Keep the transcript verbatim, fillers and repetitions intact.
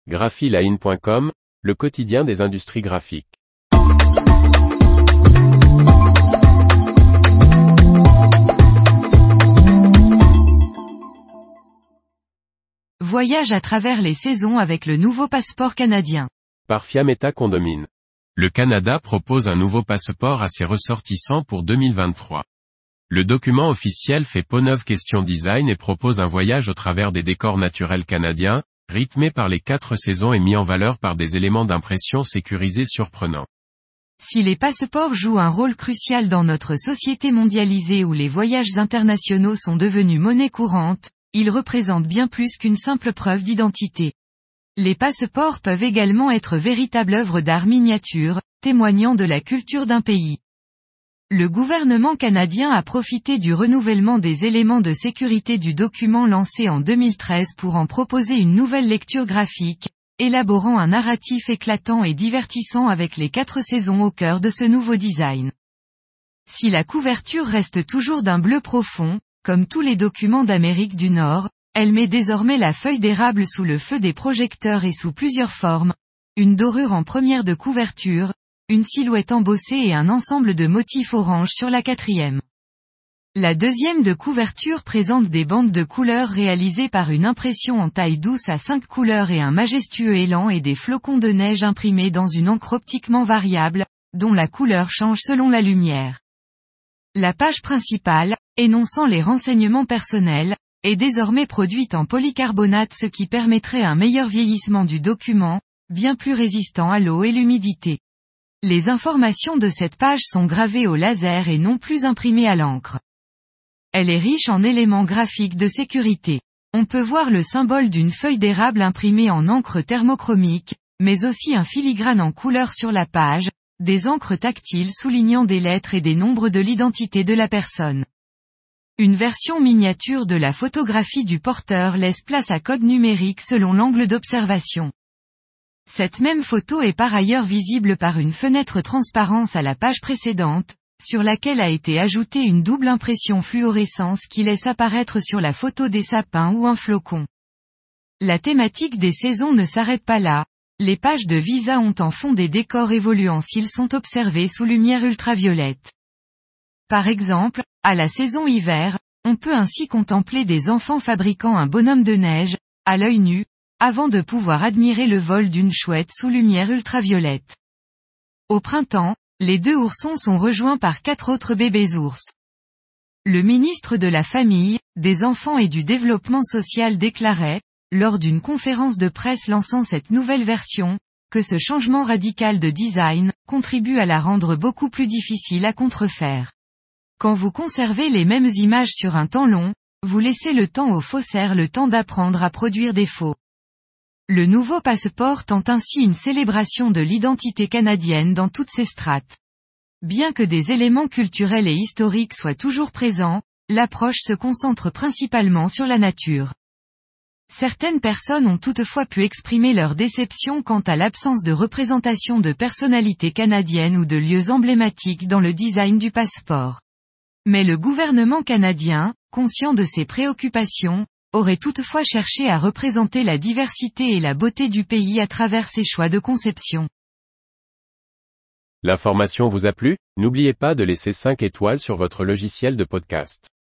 graphiline point com, le quotidien des industries graphiques. Voyage à travers les saisons avec le nouveau passeport canadien. Par Fiametta Condomine. Le Canada propose un nouveau passeport à ses ressortissants pour deux mille vingt-trois. Le document officiel fait peau neuve question design et propose un voyage au travers des décors naturels canadiens, rythmé par les quatre saisons et mis en valeur par des éléments d'impression sécurisés surprenants. Si les passeports jouent un rôle crucial dans notre société mondialisée où les voyages internationaux sont devenus monnaie courante, ils représentent bien plus qu'une simple preuve d'identité. Les passeports peuvent également être véritables œuvres d'art miniature, témoignant de la culture d'un pays. Le gouvernement canadien a profité du renouvellement des éléments de sécurité du document lancé en deux mille treize pour en proposer une nouvelle lecture graphique, élaborant un narratif éclatant et divertissant avec les quatre saisons au cœur de ce nouveau design. Si la couverture reste toujours d'un bleu profond, comme tous les documents d'Amérique du Nord, elle met désormais la feuille d'érable sous le feu des projecteurs et sous plusieurs formes, une dorure en première de couverture, une silhouette embossée et un ensemble de motifs orange sur la quatrième. La deuxième de couverture présente des bandes de couleurs réalisées par une impression en taille douce à cinq couleurs et un majestueux élan et des flocons de neige imprimés dans une encre optiquement variable, dont la couleur change selon la lumière. La page principale, énonçant les renseignements personnels, est désormais produite en polycarbonate ce qui permettrait un meilleur vieillissement du document, bien plus résistant à l'eau et l'humidité. Les informations de cette page sont gravées au laser et non plus imprimées à l'encre. Elle est riche en éléments graphiques de sécurité. On peut voir le symbole d'une feuille d'érable imprimée en encre thermochromique, mais aussi un filigrane en couleur sur la page, des encres tactiles soulignant des lettres et des nombres de l'identité de la personne. Une version miniature de la photographie du porteur laisse place à code numérique selon l'angle d'observation. Cette même photo est par ailleurs visible par une fenêtre transparence à la page précédente, sur laquelle a été ajoutée une double impression fluorescence qui laisse apparaître sur la photo des sapins ou un flocon. La thématique des saisons ne s'arrête pas là, les pages de visa ont en fond des décors évoluants s'ils sont observés sous lumière ultraviolette. Par exemple, à la saison hiver, on peut ainsi contempler des enfants fabriquant un bonhomme de neige, à l'œil nu, avant de pouvoir admirer le vol d'une chouette sous lumière ultraviolette. Au printemps, les deux oursons sont rejoints par quatre autres bébés ours. Le ministre de la Famille, des Enfants et du Développement social déclarait, lors d'une conférence de presse lançant cette nouvelle version, que ce changement radical de design contribue à la rendre beaucoup plus difficile à contrefaire. Quand vous conservez les mêmes images sur un temps long, vous laissez le temps aux faussaires le temps d'apprendre à produire des faux. Le nouveau passeport tente ainsi une célébration de l'identité canadienne dans toutes ses strates. Bien que des éléments culturels et historiques soient toujours présents, l'approche se concentre principalement sur la nature. Certaines personnes ont toutefois pu exprimer leur déception quant à l'absence de représentation de personnalités canadiennes ou de lieux emblématiques dans le design du passeport. Mais le gouvernement canadien, conscient de ces préoccupations, aurait toutefois cherché à représenter la diversité et la beauté du pays à travers ses choix de conception. L'information vous a plu? N'oubliez pas de laisser cinq étoiles sur votre logiciel de podcast.